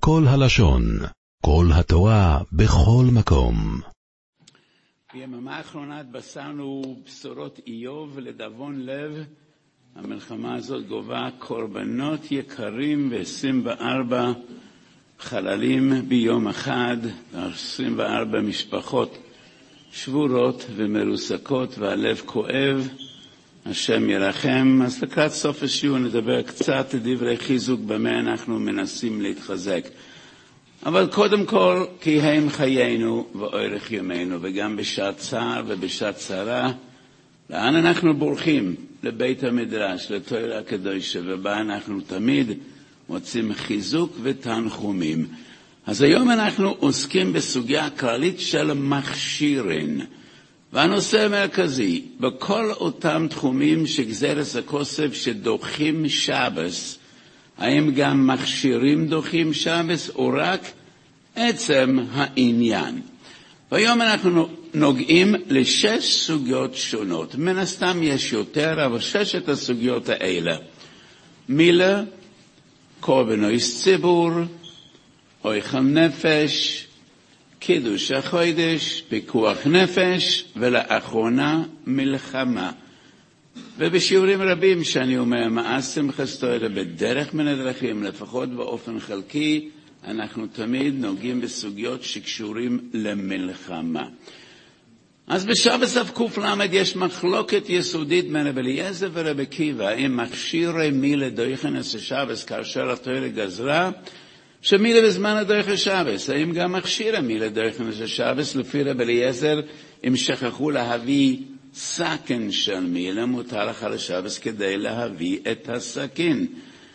כל הלשון, כל התורה, בכל מקום. ביממה האחרונה התבשרנו בשורות איוב לדאבון לב. המלחמה הזאת גובה קורבנות יקרים ו-24 חללים ביום אחד, 24 משפחות שבורות ומרוסקות והלב כואב. השם ירחם. אז לקראת סוף השיעור נדבר קצת דברי חיזוק במה אנחנו מנסים להתחזק. אבל קודם כל, כי הם חיינו ואורך ימינו, וגם בשעת צער ובשעת צרה, לאן אנחנו בורחים? לבית המדרש, לתורה הקדושה, ובה אנחנו תמיד מוצאים חיזוק ותנחומים. אז היום אנחנו עוסקים בסוגיה הכללית של מכשירין. והנושא המרכזי, בכל אותם תחומים שגזרת הכוסף שדוחים שבס, האם גם מכשירים דוחים שבס או רק עצם העניין? והיום אנחנו נוגעים לשש סוגיות שונות. מן הסתם יש יותר, אבל ששת הסוגיות האלה. מילה, קורבנוס ציבור, אוכל נפש, קידוש החודש, פיקוח נפש, ולאחרונה מלחמה. ובשיעורים רבים שאני אומר, מאס שמחת תורה בדרך מן הדרכים, לפחות באופן חלקי, אנחנו תמיד נוגעים בסוגיות שקשורים למלחמה. אז בשבס ק"ל יש מחלוקת יסודית בין רבי אליעזר ורבי עקיבא, האם מכשירי מילה דויכנס השבס כאשר התורה גזרה, שמילה בזמן הדרך שבס, האם גם מכשיר המילה דויכנס השבס, לפי רבי אליעזר, אם שכחו להביא סכין של מילה, מותר לך לשבס כדי להביא את הסכין.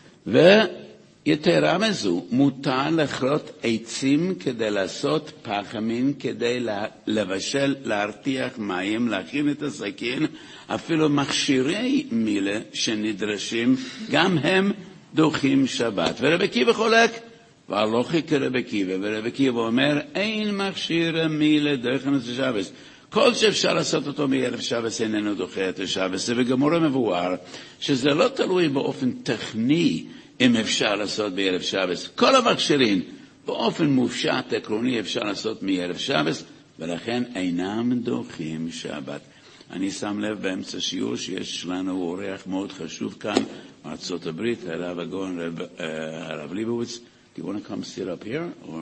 ויתרה מזו, מותר לכרות עצים כדי לעשות פחמים, כדי לבשל, להרתיח מים, להכין את הסכין. אפילו מכשירי מילה שנדרשים, גם הם דוחים שבת. ורבי עקיבא חולק, והלוכי כרבי עקיבא, ורבי עקיבא אומר, אין מכשיר מילה דויכנס השבס. כל שאפשר לעשות אותו מערב שבס איננו דוחה את השבס. זה בגמרא מבואר שזה לא תלוי באופן טכני אם אפשר לעשות בערב שבס. כל המכשירים באופן מופשט עקרוני אפשר לעשות מערב שבס, ולכן אינם דוחים שבת. אני שם לב באמצע שיעור שיש לנו אורח מאוד חשוב כאן מארצות הברית, הרב הגאון הרב ליבוביץ. Do you want to come sit up here or?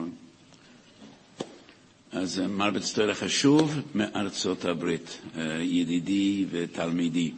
אז מרבץ תורה חשוב מארצות הברית, ידידי ותלמידי.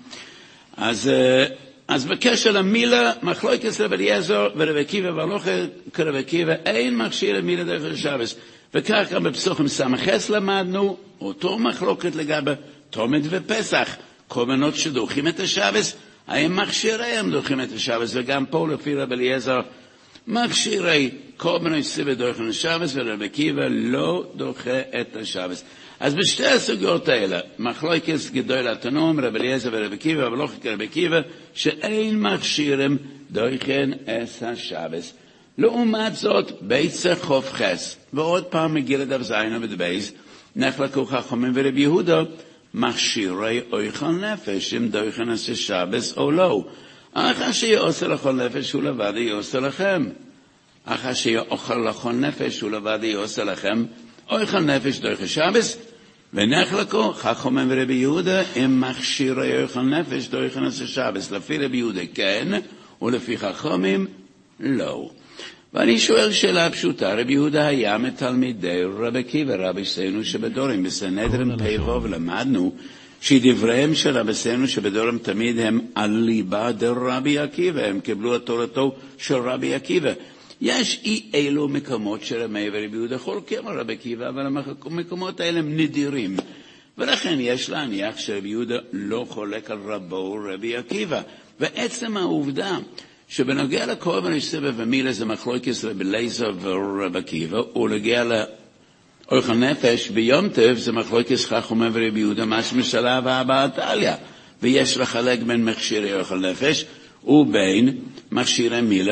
אז בקשר למילה, מחלוקת רבי אליעזר ורבי עקיבא והלוכי כרבי עקיבא, אין מכשיר למילה דרך השבס. וכך גם בפסוחים סמ"ס למדנו, אותו מחלוקת לגבי תומד ופסח, קורבנות שדוחים את השבס, האם מכשיריהם דוחים את השבס, וגם פה לפי רבי אליעזר, מכשירי קורבנות ציבור דוחים את השבס, ורבי עקיבא לא דוחה את השבס. אז בשתי הסוגיות האלה, מחלוקת גדול התנום, רבי אליעזר ורבי עקיבא, והלוכי כרבי עקיבא, שאין מכשירים דוחים את השבס. לעומת זאת, ביצה חוף חס, ועוד פעם מגיל דף זין בדבייס, נחלקו חכמים ורבי יהודה, מכשירי אוכל נפש, אם דוחים את השבס או לא. אחר שיהיה עושה לכל נפש, הוא לבד יעושה לכם. אחר שיהיה אוכל לכל נפש, הוא לבד יעושה לכם. אוכל נפש דוחי שבס, ונחלקו חכמים ורבי יהודה, אם מכשירי אוכל נפש דוחי שבס. לפי רבי יהודה כן, ולפי חכמים לא. ואני שואל שאלה פשוטה, רבי יהודה היה מתלמידי רבי עקיבא, רבי סיינו שבדורים, בסנהדרין פ"ו למדנו, שדבריהם של רבי סיינו שבדורים תמיד הם על ליבה דרבי עקיבא, הם קיבלו את תורתו של רבי עקיבא. יש אילו מקומות שרמי ורבי יהודה חולקים על רבי עקיבא, אבל המקומות האלה הם נדירים. ולכן יש להניח שרבי יהודה לא חולק על רבו רבי עקיבא. ועצם העובדה שבנוגע לקורבן ציבור ומילה זה מחלוקת רבי אליעזר ורבי עקיבא, ולנוגע לאוכל נפש ביום טוב זה מחלוקת חכמים ורבי יהודה, משמע שלב הבא עתליה. ויש לחלק בין מכשירי אוכל נפש ובין מכשירי מילה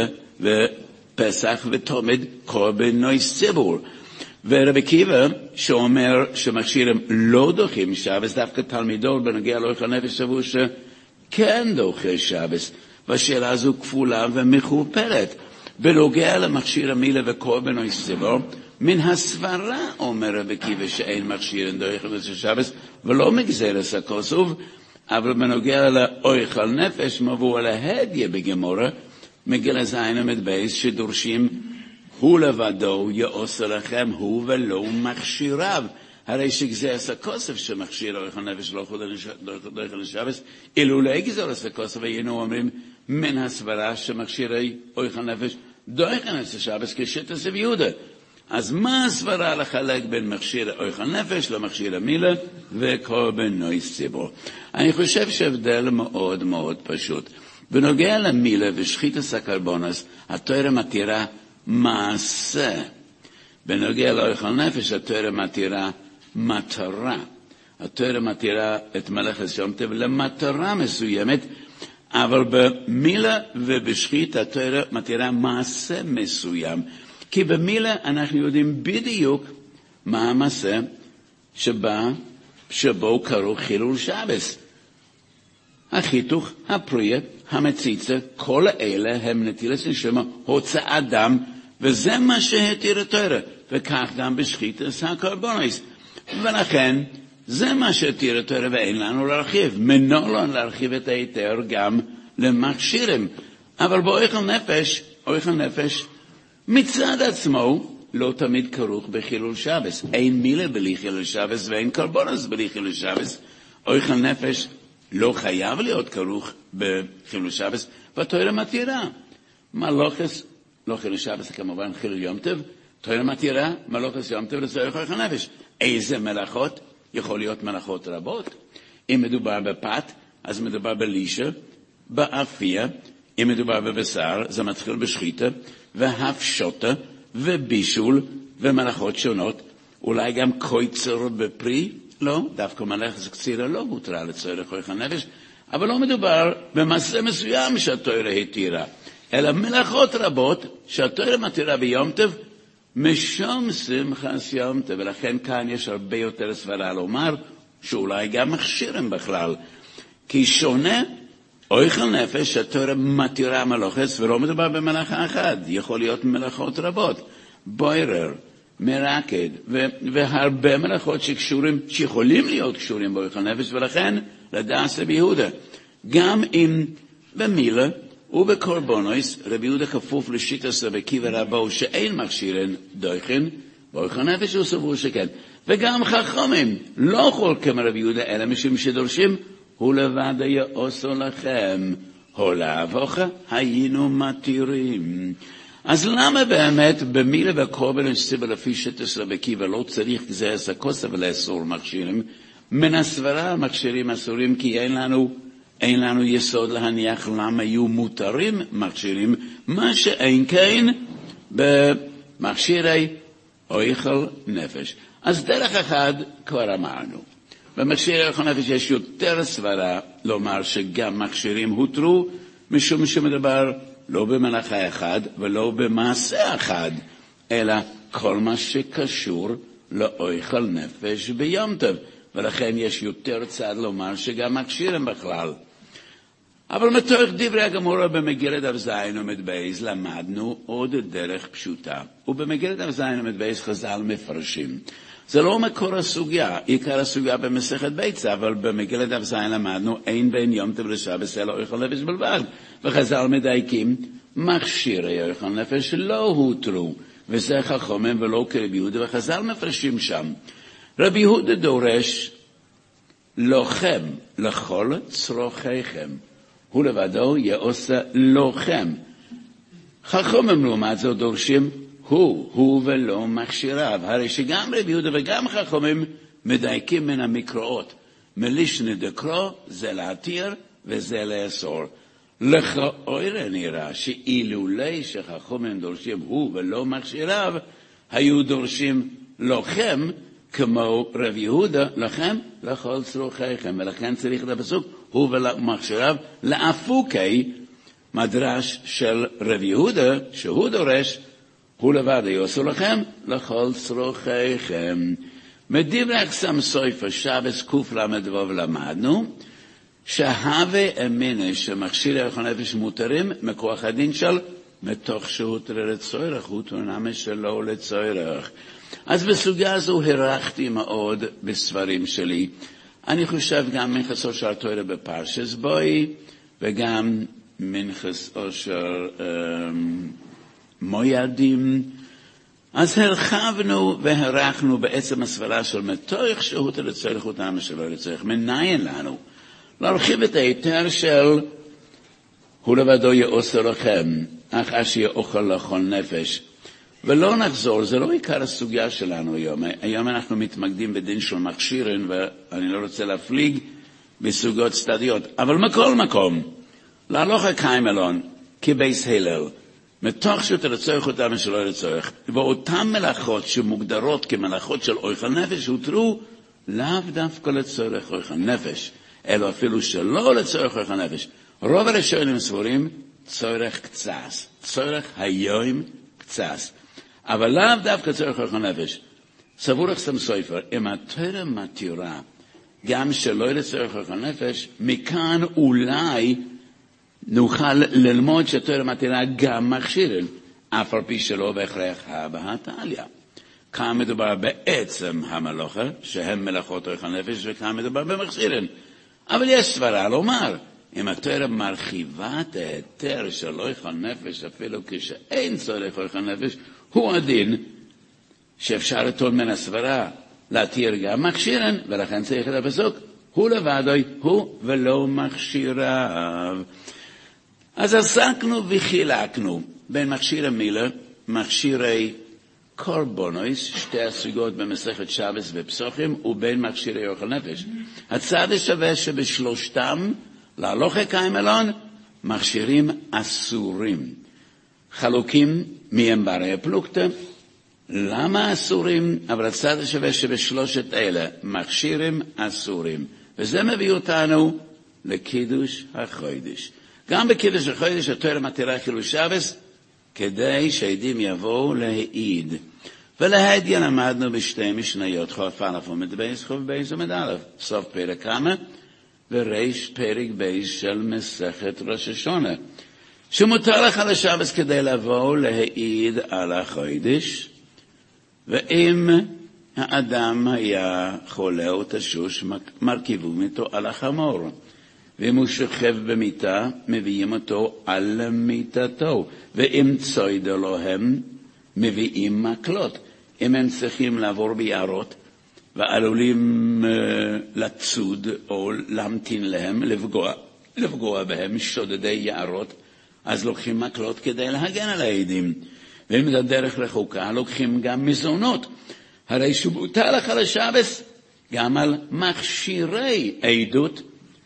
פסח ותומד קורבנוס ציבור. ורבי עקיבא שאומר שמכשירים לא דוחים שבס, דווקא תלמידו בנוגע לאוכל נפש סבור שכן דוחה שבס. והשאלה הזו כפולה ומכופלת. בנוגע למכשיר המילה וקורבן או איסציבור, מן הסברה אומר רבי עקיבא שאין מכשיר דויכל לשבס, ולא מגזרס הכוסוב, אבל בנוגע לאויכל נפש, מבוא על ההדיה בגמורה, מגיל הזין עמד בייס שדורשים, הוא לבדו יעושה לכם, הוא ולא מכשיריו. הרי שגזרס הכוסף שמכשיר אויכל נפש לא דויכל לשבס, אילו לא גזרס הכוסף, היינו אומרים, מן הסברה שמכשירי אויכל נפש דויכל לשבס כשיטת רבי יהודה. אז מה הסברה לחלק בין מכשיר אויכל נפש למכשיר המילה וקורבן או איסציבור? אני חושב שהבדל מאוד מאוד פשוט. בנוגע למילה ושחיטת הקורבנס, התורה מתירה מעשה. בנוגע לאויכל נפש, התורה מתירה מטרה. התורה מתירה את מלאכת יום טוב למטרה מסוימת, אבל במילה ובשחית התורה מתירה מעשה מסוים. כי במילה אנחנו יודעים בדיוק מה המעשה שבו כרוך חילול שבס. החיתוך, הפרייה, המציצה, כל אלה הם נטילת נשמה, הוצאת דם, וזה מה שהתיר התורה, וכך גם בשחית הקורבנס. ולכן, זה מה שהתיר התורה ואין לנו להרחיב. מנוע לנו להרחיב את היתר גם למכשירים. אבל באויכל נפש, מצד עצמו לא תמיד כרוך בחילול שבס. אין מילה בלי חילול שבס ואין קורבנס בלי חילול שבס. אויכל נפש לא חייב להיות כרוך בחילול שבס, והתורה מתירה. מלאכת, לא חילול שבס כמובן חילול יום טוב, תורה מתירה מלאכת יום טוב לצורך אויכל נפש. איזה מלאכות? יכול להיות מלאכות רבות. אם מדובר בפת, אז מדובר בלישה, באפייה. אם מדובר בבשר, זה מתחיל בשחיטה, והפשוטה, ובישול, ומלאכות שונות. אולי גם קויצר בפרי? לא, דווקא מלאכת קצירה לא הותרה לצורך אויכל נפש, אבל לא מדובר במעשה מסוים שהתורה התירה, אלא מלאכות רבות שהתורה מתירה ביום טוב, משום שמחת יום טוב, ולכן כאן יש הרבה יותר סברה לומר, שאולי גם מכשירים בכלל, כי שונה אויכל נפש שהתורה מתירה מלאכת, ולא מדובר במלאכה אחת, יכול להיות מלאכות רבות, בוירר, מרקד, והרבה מלאכות שיכולים להיות קשורים באויכל נפש, ולכן לדעת רבי יהודה, גם אם במילה ובקורבנוס, רבי יהודה כפוף לשיטת רבי עקיבא רבו שאין מכשירן דויכן, באויכל נפש הוא סבור שכן. וגם חכמים, לא חולקים רבי יהודה, אלא משום שדורשים, הוא לבד יעשו לכם, הולאבוך היינו מתירים. אז למה באמת במילה וקורבן וסציבור לפי שיטת רבי עקיבא לא צריך גזרס הכוסף לאסור מכשירים? מן הסברה מכשירים אסורים כי אין לנו יסוד להניח למה יהיו מותרים מכשירים, מה שאין כן במכשירי אויכל נפש. אז דרך אחד כבר אמרנו. במכשירי אויכל נפש יש יותר סברה לומר שגם מכשירים הותרו, משום שמדבר לא במלאכה אחד ולא במעשה אחד, אלא כל מה שקשור לאויכל נפש ביום טוב. ולכן יש יותר צד לומר שגם מכשירים בכלל. אבל מתוך דברי הגמרא במגילת דף זין עמוד בייס למדנו עוד דרך פשוטה. ובמגילת דף זין עמוד בייס חז"ל מפרשים. זה לא מקור הסוגיה, עיקר הסוגיה במסכת ביצה, אבל במגילת דף זין למדנו אין בין יום טוב לשבס אלא אויכל נפש בלבד. וחז"ל מדייקים, מכשירי אויכל נפש לא הותרו, וזה חכמים ולא כרבי יהודה, וחז"ל מפרשים שם. רבי יהודה דורש לוחם לכל צרוכיכם. הוא לבדו יעשה לוחם. חכמים לעומת זאת דורשים הוא ולא מכשיריו. הרי שגם רבי יהודה וגם חכמים מדייקים מן המקראות. מלישנה דקרוא זה להתיר וזה לאסור. לכאורה נראה שאילולי שחכמים דורשים הוא ולא מכשיריו, היו דורשים לוחם כמו רבי יהודה, לכם לכל צרוכיכם, ולכן צריך את הפסוק, הוא ומכשיריו, לאפוקי מדרש של רבי יהודה, שהוא דורש, הוא לבד יעשו לכם לכל צרוכיכם. מדברי הקסם סופר שבס קוף למדבוב למדנו, שהווה אמינה שמכשירי אויכל נפש מותרים מכוח הדין של מתוך שהות לצורך, הוא תורנמה שלו לצורך. אז בסוגיה הזו הרחתי מאוד בספרים שלי. אני חושב גם מנחס אושר תורה בפרשס בוי, וגם מנחס אושר מוידים. אז הרחבנו והרחנו בעצם הסברה של מתוך שהות לצורך, הוא תורנמה שלו לצורך. מניין לנו להרחיב את היתר של הוא לבדו יעושה לכם, אך אשר יאכל לכל נפש. ולא נחזור, זה לא עיקר הסוגיה שלנו היום. היום אנחנו מתמקדים בדין של מכשירן, ואני לא רוצה להפליג בסוגיות צדדיות. אבל מכל מקום, להלוך קיימלון, כבייס הלל, מתוך שאתה לצורך אותם ושלא לצורך, ואותן מלאכות שמוגדרות כמלאכות של אוכל נפש, הותרו לאו דווקא לצורך אוכל נפש, אלא אפילו שלא לצורך אוכל נפש. רוב הראשונים סבורים צורך קצס, צורך היום קצס. אבל לאו דווקא צורך אוכל נפש. סבור אחסם סופר, אם התורה מתירה גם שלא לצורך אוכל נפש, מכאן אולי נוכל ללמוד שהתורה מתירה גם מכשירן, אף על פי שלא בהכרח בהתעליה. כאן מדובר בעצם המלאכה, שהם מלאכות אוכל נפש, וכאן מדובר במכשירן. אבל יש סברה לומר, אם התורה מרחיבה את ההיתר של אוכל נפש, אפילו כשאין צורך אוכל נפש, הוא הדין שאפשר לטול מן הסברה להתיר גם מכשירן, ולכן צריך את הפסוק, הוא לבדוי, הוא ולא מכשיריו. אז עסקנו וחילקנו בין מכשיר המילה, מכשירי קורבונויס, שתי הסוגות במסכת שבס ופסוחים, ובין מכשירי אוכל נפש. הצד השווה שבשלושתם, להלוך קיימלון, מכשירים אסורים. חלוקים מהם ברי הפלוגתא. למה אסורים? אבל הצד השווה שבשלושת אלה, מכשירים אסורים. וזה מביא אותנו לקידוש החודש. גם בקידוש החודש התורה מתירה חילול שבס, כדי שהעדים יבואו להעיד. ולהעיד למדנו בשתי משניות, חוף א' עמוד בייס, חוף בייס עמוד א', סוף פרק כמה, וריש פרק בייס של מסכת ראש השונה. שמותר לך לשבס כדי לבוא להעיד על החודש, ואם האדם היה חולה או תשוש, מרכיבו איתו על החמור. ואם הוא שוכב במיטה, מביאים אותו על מיטתו. ואם צוידו לו הם, מביאים מקלות. אם הם צריכים לעבור ביערות, ועלולים לצוד או להמתין להם, לפגוע בהם שודדי יערות, אז לוקחים מקלות כדי להגן על העדים. ואם זה דרך רחוקה, לוקחים גם מזונות. הרי שבוטה לך לשבס, גם על מכשירי עדות,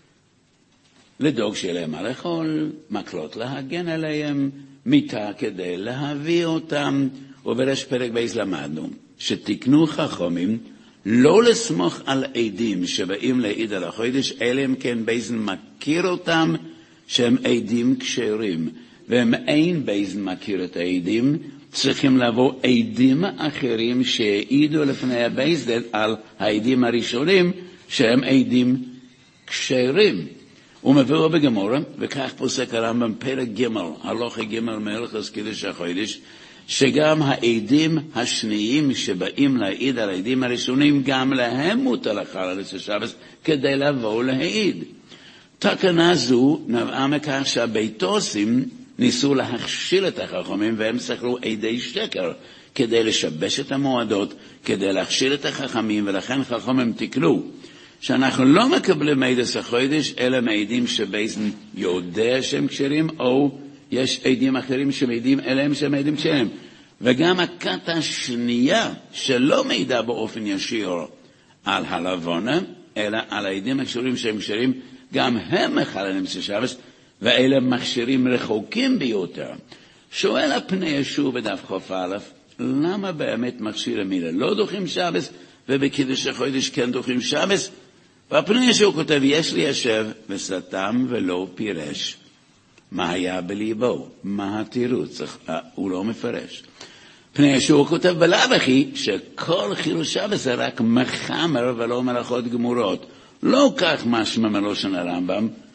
לדאוג שיהיה להם מה לאכול, מקלות להגן עליהם, מיטה כדי להביא אותם. ובראש פרק בייס למדנו, שתקנו חכמים לא לסמוך על עדים שבאים להעיד על החודש, אלא אם כן בייזן מכיר אותם שהם עדים כשרים. והם אין בייזן מכיר את העדים, צריכים לבוא עדים אחרים שהעידו לפני הבייזן על העדים הראשונים שהם עדים כשרים. הוא מביא בגמרא, וכך פוסק הרמב"ם פרק ג' הלכה ג' מהלכות קידוש החודש, שגם העדים השניים שבאים להעיד על העדים הראשונים, גם להם מותר לחלל את השבס כדי לבוא להעיד. תקנה זו נבעה מכך שהביתוסים ניסו להכשיל את החכמים, והם שכרו עדי שקר כדי לשבש את המועדות, כדי להכשיל את החכמים, ולכן חכמים תקנו שאנחנו לא מקבלים עדס החודש, אלא מעידים שבייזן יודע שהם כשרים, או יש עדים אחרים שמעידים אליהם שהם עדים כשרים. וגם הכת השנייה שלא מעידה באופן ישיר על הלבונה, אלא על העדים הקשרים שהם כשרים, גם הם מחללים שבס, ואלה מכשירים רחוקים ביותר. שואל הפני ישוב בדף חוף א', למה באמת מכשיר המילה לא דוחים שבס, ובקידוש החודש כן דוחים שבס? והפני ישוב כותב, יש לי ישב וסתם ולא פירש. מה היה בליבו? מה התירוץ? הוא לא מפרש. פני ישוע כותב בלאו-הכי שכל חילול שבס זה רק מחמר ולא מלאכות גמורות. לא כך משמע מלושן הרמב"ם.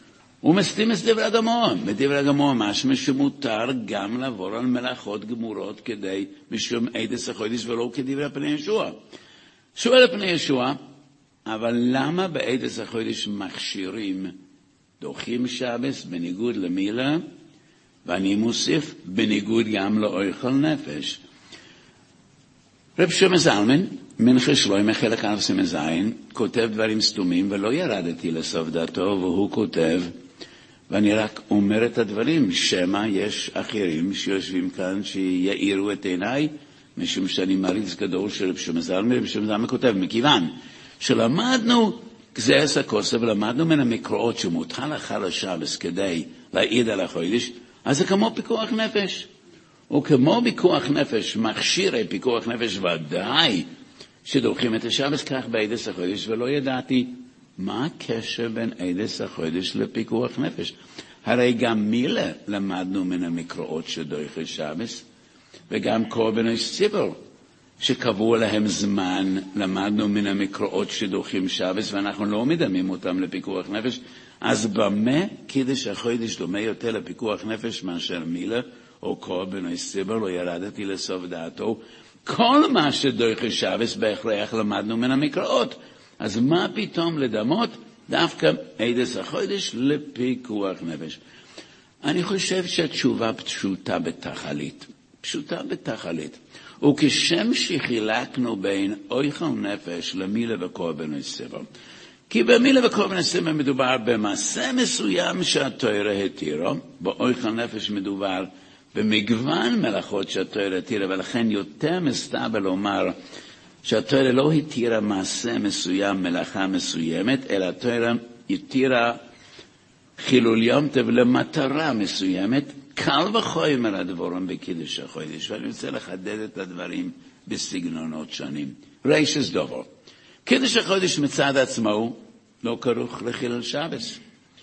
הוא מסתים את דברי הגמרא. בדברי הגמרא משמע שמותר גם לעבור על מלאכות גמורות כדי משום עדס החודש ולא כדברי פני ישוע. שואל פני ישוע, אבל למה בעדס החודש מכשירים דוחים שבס בניגוד למילה, ואני מוסיף בניגוד גם לאוכל נפש? רב שלמה זלמן, מנחה שלוימה חלק א' סימן זין, כותב דברים סתומים ולא ירדתי לסוף דעתו, והוא כותב, ואני רק אומר את הדברים, שמה יש אחרים שיושבים כאן שיעירו את עיניי, משום שאני מריץ גדול של רב שלמה זלמן, רב שלמה זלמן כותב, מכיוון שלמדנו גזירת הכוסף, ולמדנו מן המקראות שמותר לאכל השבס כדי להעיד על החודש, אז זה כמו פיקוח נפש. וכמו פיקוח נפש, מכשירי פיקוח נפש ודאי שדוחים את השבס, כך בעדס החודש, ולא ידעתי מה הקשר בין עדס החודש לפיקוח נפש. הרי גם מילה למדנו מן המקראות שדוחי שבס, וגם קורבן ציבור שקבעו להם זמן, למדנו מן המקראות שדוחים שבס, ואנחנו לא מדמים אותם לפיקוח נפש. אז במה קידש החודש דומה יותר לפיקוח נפש מאשר מילה או קורבן או ציבור? לא ירדתי לסוף דעתו. כל מה שדוחי שבס בהכרח למדנו מן המקראות. אז מה פתאום לדמות דווקא עדס החודש לפיקוח נפש? אני חושב שהתשובה פשוטה בתכלית. פשוטה בתכלית. וכשם שחילקנו בין אוכל נפש למילה וקורבן ציבור. כי במילה וקורבן ציבור מדובר במעשה מסוים שהתורה התירה, באוכל נפש מדובר במגוון מלאכות שהתורה התירה, ולכן יותר מסתבר לומר שהתורה לא התירה מעשה מסוים, מלאכה מסוימת, אלא התורה התירה חילול יום טוב למטרה מסוימת, קל וחומר הדבורם בקידוש החודש. ואני רוצה לחדד את הדברים בסגנונות שונים. רישס דובר. קידוש החודש מצד עצמו לא כרוך לחילול שבס.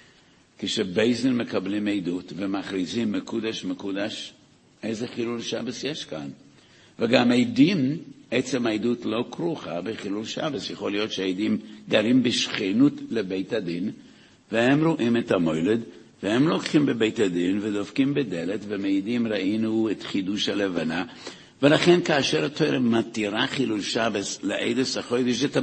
כשבייזן מקבלים עדות ומכריזים מקודש מקודש, איזה חילול שבס יש כאן? וגם עדים, עצם העדות לא כרוכה בחילול שבס. יכול להיות שהעדים גרים בשכנות לבית הדין, והם רואים את המוילד, והם לוקחים בבית הדין ודופקים בדלת ומעידים ראינו את חידוש הלבנה. ולכן כאשר התורה מתירה חילול שבס לעדס החודש, זה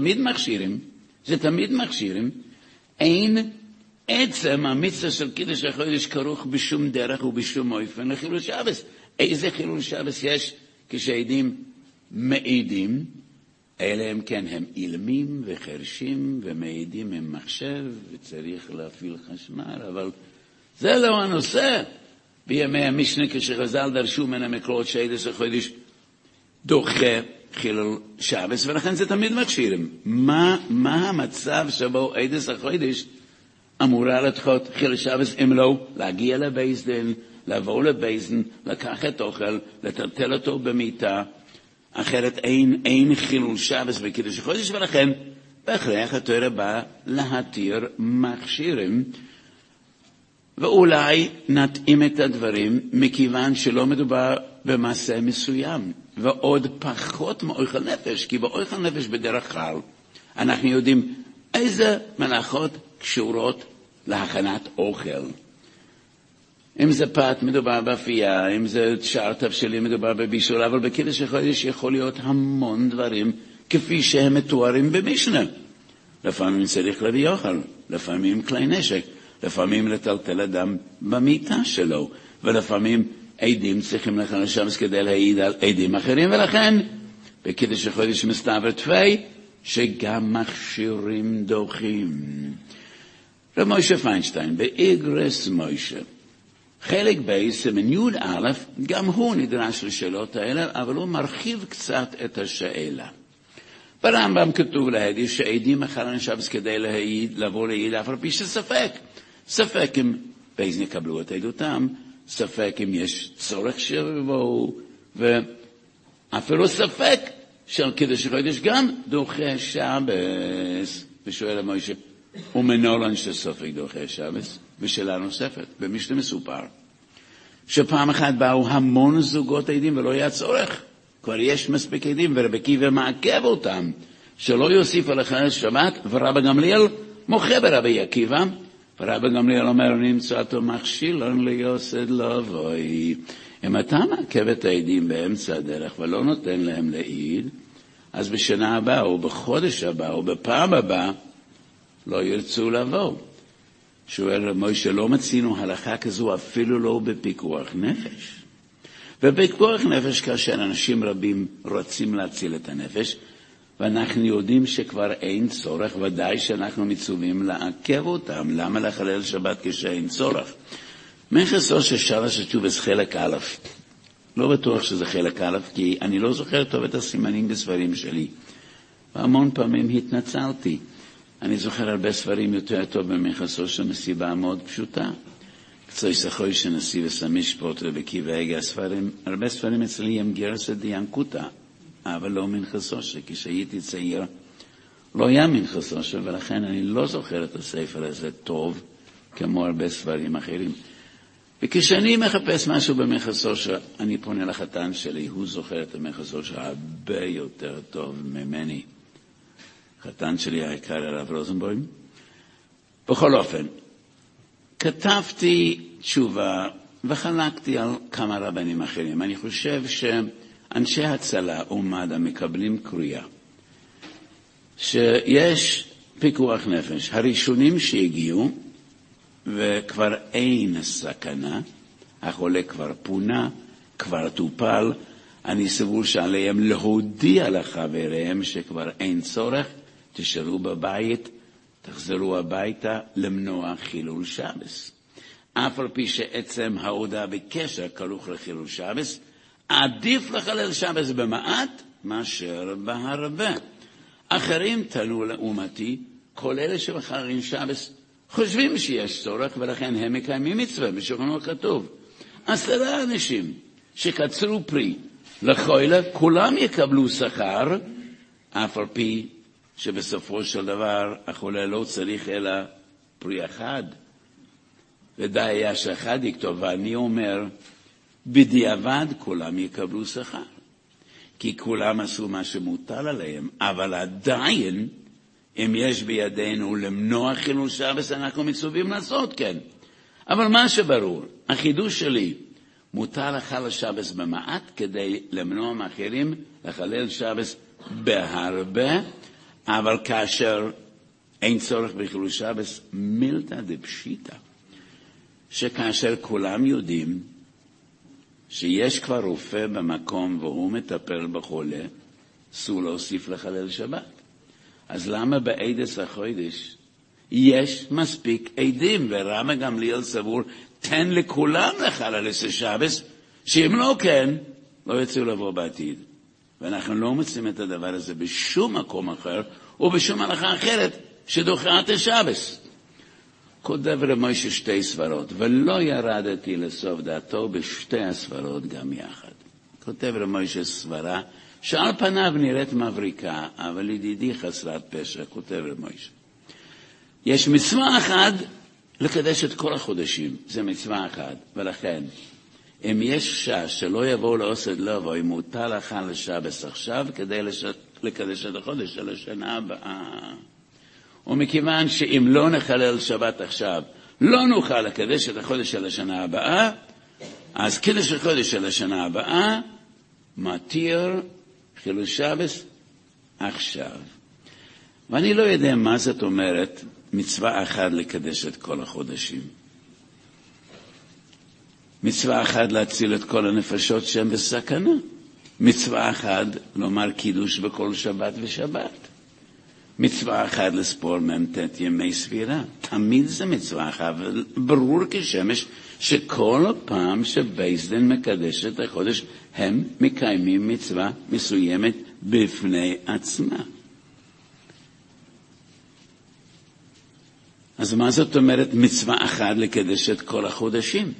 תמיד מכשירים. אין עצם המצווה של קידוש החודש כרוך בשום דרך ובשום אופן לחילול שבס. איזה חילול שבס יש כשעדים מעידים? אלה הם כן, הם אילמים וחרשים ומעידים עם מחשב וצריך להפעיל חשמל, אבל זה לא הנושא. בימי המשנה כשחז"ל דרשו מן המקראות שעדס החודש דוחה חילול שבס, ולכן זה תמיד מכשירים. מה המצב שבו עדס החודש אמורה לדחות חילול שבס, אם לא להגיע לבית דין, לבוא לבית דין, לקחת אוכל, לטלטל אותו במיטה, אחרת אין חילול שבס בקידוש החודש, ולכן בהכרח התורה באה להתיר מכשירים. ואולי נתאים את הדברים מכיוון שלא מדובר במעשה מסוים, ועוד פחות מאוכל נפש, כי באוכל נפש בדרך כלל אנחנו יודעים איזה מלאכות קשורות להכנת אוכל. אם זה פת מדובר באפייה, אם זה שאר תבשילים מדובר בבישול, אבל בקידוש החודש יכול להיות המון דברים כפי שהם מתוארים במשנה. לפעמים צריך להביא אוכל, לפעמים כלי נשק, לפעמים לטלטל אדם במיטה שלו, ולפעמים עדים צריכים לחלל שבס כדי להעיד על עדים אחרים, ולכן בקידוש החודש מסתבר תפי שגם מכשירים דוחים. רב מוישה פיינשטיין באיגרס מוישה חלק ב' סימן י' גם הוא נדרש לשאלות האלה, אבל הוא מרחיב קצת את השאלה. ברמב"ם כתוב להעיד שעדים מחלל שבס כדי לבוא להעיד אף על פי שספק. ספק אם בייזן יקבלו את עדותם, ספק אם יש צורך שבו, ואפילו ספק של קידוש החודש גם דוחה שבס. ושואל המוישה, ומנולן שספק דוחה שבס? ושאלה נוספת, במשנה מסופר, שפעם אחת באו המון זוגות עדים ולא היה צורך. כבר יש מספיק עדים, ורבי עקיבא מעכב אותם, שלא יוסיף על החלל שבת, ורבי גמליאל מוחה ברבי עקיבא, ורבי גמליאל אומר, נמצא אותו מכשילון ליוסד לבוי. אם אתה מעכב את העדים באמצע הדרך ולא נותן להם להעיד, אז בשנה הבאה או בחודש הבא או בפעם הבאה לא ירצו לבוא. שואל רב מוישה, לא מצינו הלכה כזו אפילו לא בפיקוח נפש. ובפיקוח נפש כאשר אנשים רבים רוצים להציל את הנפש, ואנחנו יודעים שכבר אין צורך, ודאי שאנחנו מצווים לעכב אותם. למה לחלל שבת כשאין צורך? מנחה ששלש התשובס חלק א', לא בטוח שזה חלק א', כי אני לא זוכר טוב את הסימנים בספרים שלי. והמון פעמים התנצלתי. אני זוכר הרבה ספרים יותר טוב במנחה שמסיבה מאוד פשוטה. קצוי סחוי שנשיא וסמישפוט ובקי והגה הספרים, הרבה ספרים אצלי הם גרסת דיינקוטה, אבל לא מנחה, כשהייתי צעיר לא היה מנחה, ולכן אני לא זוכר את הספר הזה טוב כמו הרבה ספרים אחרים. וכשאני מחפש משהו במחסושה, אני פונה לחתן שלי, הוא זוכר את המחסושה הרבה יותר טוב ממני. חתן שלי היקר הרב רוזנבוים. בכל אופן, כתבתי תשובה וחלקתי על כמה רבנים אחרים. אני חושב שאנשי הצלה ומד"א מקבלים קריאה, שיש פיקוח נפש. הראשונים שהגיעו, וכבר אין סכנה, החולה כבר פונה, כבר טופל, אני סבור שעליהם להודיע לחבריהם שכבר אין צורך, תשארו בבית, תחזרו הביתה, למנוע חילול שבס. אף על פי שעצם ההודעה בקשר כרוך לחילול שבס, עדיף לחלל שבס במעט מאשר בהרבה. אחרים תנו לאומתי, כל אלה שמחללים שבס, חושבים שיש צורך, ולכן הם מקיימים מצווה, בשולחן כתוב. 10 אנשים שקצרו פרי לחוילה, כולם יקבלו שכר, אף על פי שבסופו של דבר החולה לא צריך אלא פרי אחד. ודי היה שאחד יכתוב, ואני אומר, בדיעבד כולם יקבלו שכר. כי כולם עשו מה שמוטל עליהם, אבל עדיין, אם יש בידינו למנוע חילול שבס, אנחנו מצווים לעשות כן. אבל מה שברור, החידוש שלי, מותר לחלל שבס במעט כדי למנוע מאחרים לחלל שבס בהרבה, אבל כאשר אין צורך בחילול שבס, מילתא דפשיטא, שכאשר כולם יודעים שיש כבר רופא במקום והוא מטפל בחולה, אסור להוסיף לחלל שבת. אז למה בעדס החודש יש מספיק עדים, ורבי גמליאל סבור, תן לכולם לחלל שבס, שאם לא כן, לא יצאו לבוא בעתיד. ואנחנו לא מוצאים את הדבר הזה בשום מקום אחר, או בשום הלכה אחרת שדוחה את השבס. כותב רב מוישה 2 ספרות, ולא ירדתי לסוף דעתו בשתי הספרות גם יחד. כותב רב מוישה סברה, שעל פניו נראית מבריקה, אבל ידידי חסרת פשע, כותב רב מוישה. יש מצווה אחת לקדש את כל החודשים, זה מצווה אחת, ולכן, אם יש שעה שלא יבואו לעושד לבוא, מותר לחלל שבס עכשיו, כדי לקדש את החודש של השנה הבאה. ומכיוון שאם לא נחלל שבת עכשיו, לא נוכל לקדש את החודש של השנה הבאה, אז קדש החודש של השנה הבאה מתיר חילול שבס עכשיו. ואני לא יודע מה זאת אומרת מצווה אחת לקדש את כל החודשים. מצווה אחת להציל את כל הנפשות שהן בסכנה. מצווה אחת לומר קידוש בכל שבת ושבת. מצווה אחת לספור ממתת ימי ספירה. תמיד זה מצווה אחת, ברור כשמש שכל פעם שבייסדן מקדש את החודש, הם מקיימים מצווה מסוימת בפני עצמה. אז מה זאת אומרת מצווה אחת לקדש את כל החודשים?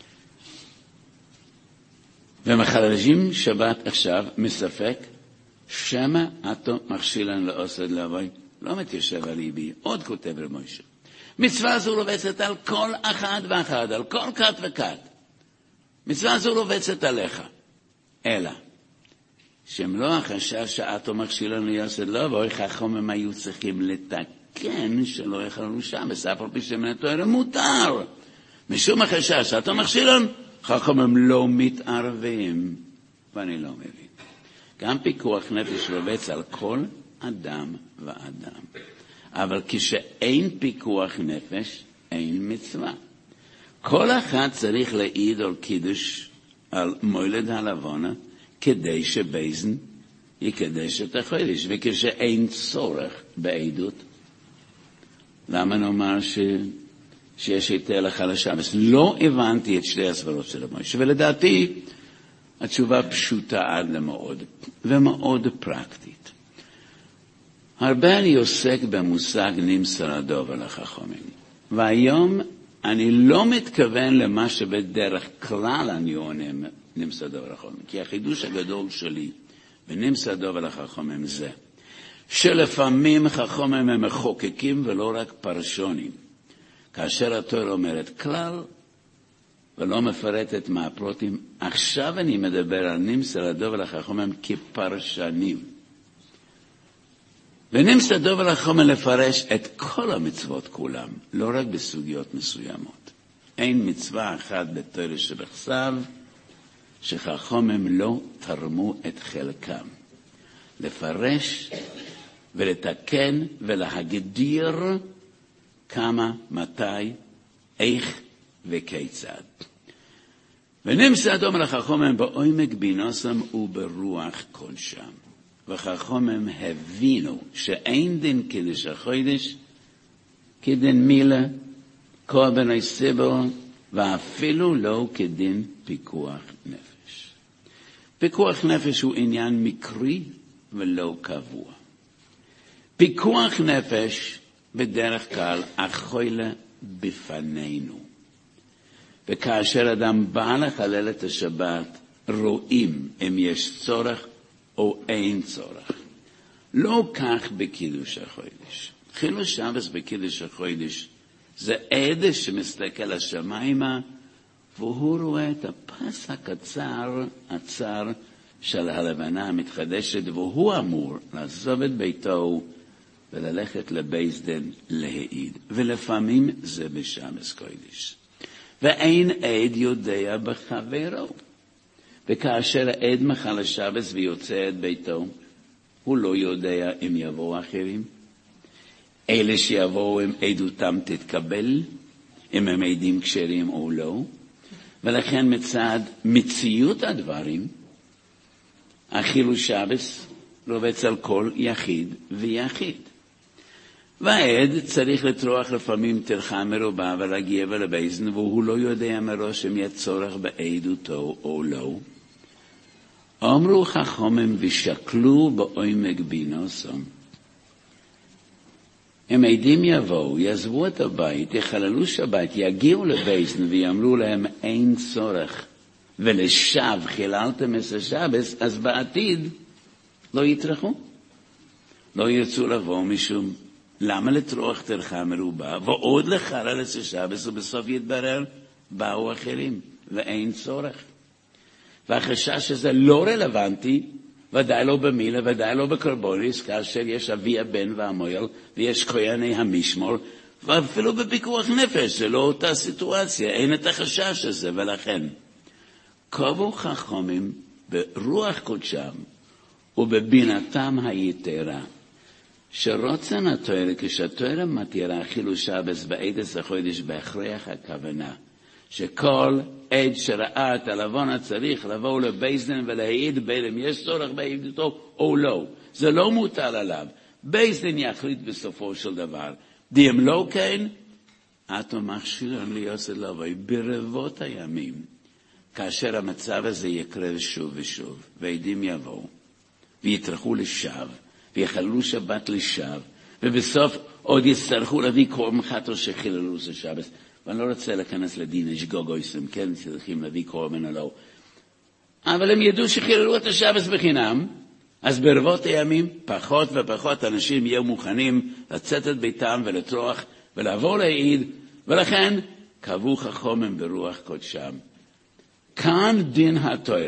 ומחללים שבת עכשיו מספק, שמה אתו מכשילן לעושד לבוי, לא מתיישב על ליבי. עוד כותב רב מוישה. מצווה זו רובצת על כל אחד ואחד, על כל כת וכת. מצווה זו רובצת עליך. אלא, שמלוא החשש שאתו מכשילן לעושד לבוי, חכמים היו צריכים לתקן לתקן שלא יחללו שבס, אף על פי שמן התורה מותר. משום החשש, אתה מכשילון, חכמים לא מתערבים, ואני לא מבין. גם פיקוח נפש רובץ על כל אדם ואדם. אבל כשאין פיקוח נפש, אין מצווה. כל אחד צריך להעיד על קידוש, על מוילד הלבונה, כדי שבייזן יקדש את החודש, וכשאין צורך בעדות, למה נאמר שיש היתר לך לשבס? לא הבנתי את שתי הסברות של המוישה, ולדעתי התשובה פשוטה עד למאוד, ומאוד פרקטית. הרבה אני עוסק במושג נמסר הדוב על החכמים, והיום אני לא מתכוון למה שבדרך כלל אני עונה נמסר הדוב על החכמים, כי החידוש הגדול שלי ונמסר הדוב על החכמים זה, שלפעמים חכמים הם מחוקקים ולא רק פרשונים. כאשר התורה אומרת כלל ולא מפרטת מהפרוטים, עכשיו אני מדבר על נמסר הדוב על החכמים כפרשנים. ונמסר הדוב על החכמים לפרש את כל המצוות כולם, לא רק בסוגיות מסוימות. אין מצווה אחת בתורה שבכתב שחכמים לא תרמו את חלקם. לפרש ולתקן ולהגדיר כמה, מתי, איך וכיצד. ונמסר הדוב על החכמים בעומק בינוסם וברוח קודשם. וחכמים הבינו שאין דין קידוש החודש כדין מילה, קורבן סיבור, ואפילו לא כדין פיקוח נפש. פיקוח נפש הוא עניין מקרי ולא קבוע. פיקוח נפש בדרך כלל החוילה בפנינו. וכאשר אדם בא לחלל את השבת, רואים אם יש צורך או אין צורך. לא כך בקידוש החודש. חילול שבס בקידוש החודש זה עד שמסתכל השמיימה, והוא רואה את הפס הצר של הלבנה המתחדשת, והוא אמור לעזוב את ביתו וללכת לבייס דין להעיד. ולפעמים זה בשבס קודש. ואין עד יודע בחברו. וכאשר העד מחל השבס ויוצא את ביתו, הוא לא יודע אם יבואו אחרים. אלה שיבואו עם עדותם תתקבל, אם הם עדים כשרים או לא. ולכן מצד מציאות הדברים, החילול שבס רובץ על כל יחיד ויחיד. והעד צריך לטרוח לפעמים טרחה מרובה ולהגיע ולבייזן, והוא לא יודע מראש אם יהיה צורך בעדותו או לא. אמרו חכמים ושקלו בעומק בינוסם. אם עדים יבואו, יעזבו את הבית, יחללו שבת, יגיעו לבייזן ויאמרו להם אין צורך, ולשב חיללתם את השבס, אז בעתיד לא יטרחו. לא ירצו לבוא משום למה לטרוח טרחה מרובה, ועוד לחלל את השבס, ובסוף יתברר באו אחרים, ואין צורך. והחשש הזה לא רלוונטי, ודאי לא במילה, ודאי לא בקרבוניס, כאשר יש אבי הבן והמויל, ויש כהני המשמור, ואפילו בפיקוח נפש, זה לא אותה סיטואציה, אין את החשש הזה, ולכן, קבעו חכמים ברוח קודשם, ובבינתם היתרה, שרוצן התורה, כשהתורה מתירה חילול שבס בעדס החודש בהכרח הכוונה, שכל עד שראה את הלבונה צריך לבוא לבייסדין ולהעיד בין אם יש צורך בעדותו או לא. זה לא מוטל עליו. בייסדין יחליט בסופו של דבר. דים לא כן, אתו מכשירים ליוסד לבוי ברבות הימים, כאשר המצב הזה יקרה שוב ושוב, ועדים יבואו, ויתרחו לשב, ויחללו שבת לשב, ובסוף עוד יצטרכו להביא קורבן חטא שחיללו את השבת. ואני לא רוצה להיכנס לדין שגוגויסם, כן צריכים להביא קורבן או לא. אבל הם ידעו שחיללו את השבת בחינם, אז ברבות הימים פחות ופחות אנשים יהיו מוכנים לצאת את ביתם ולטרוח ולעבור להעיד, ולכן קבעו חכמים ברוח קודשם. כאן דין התורה,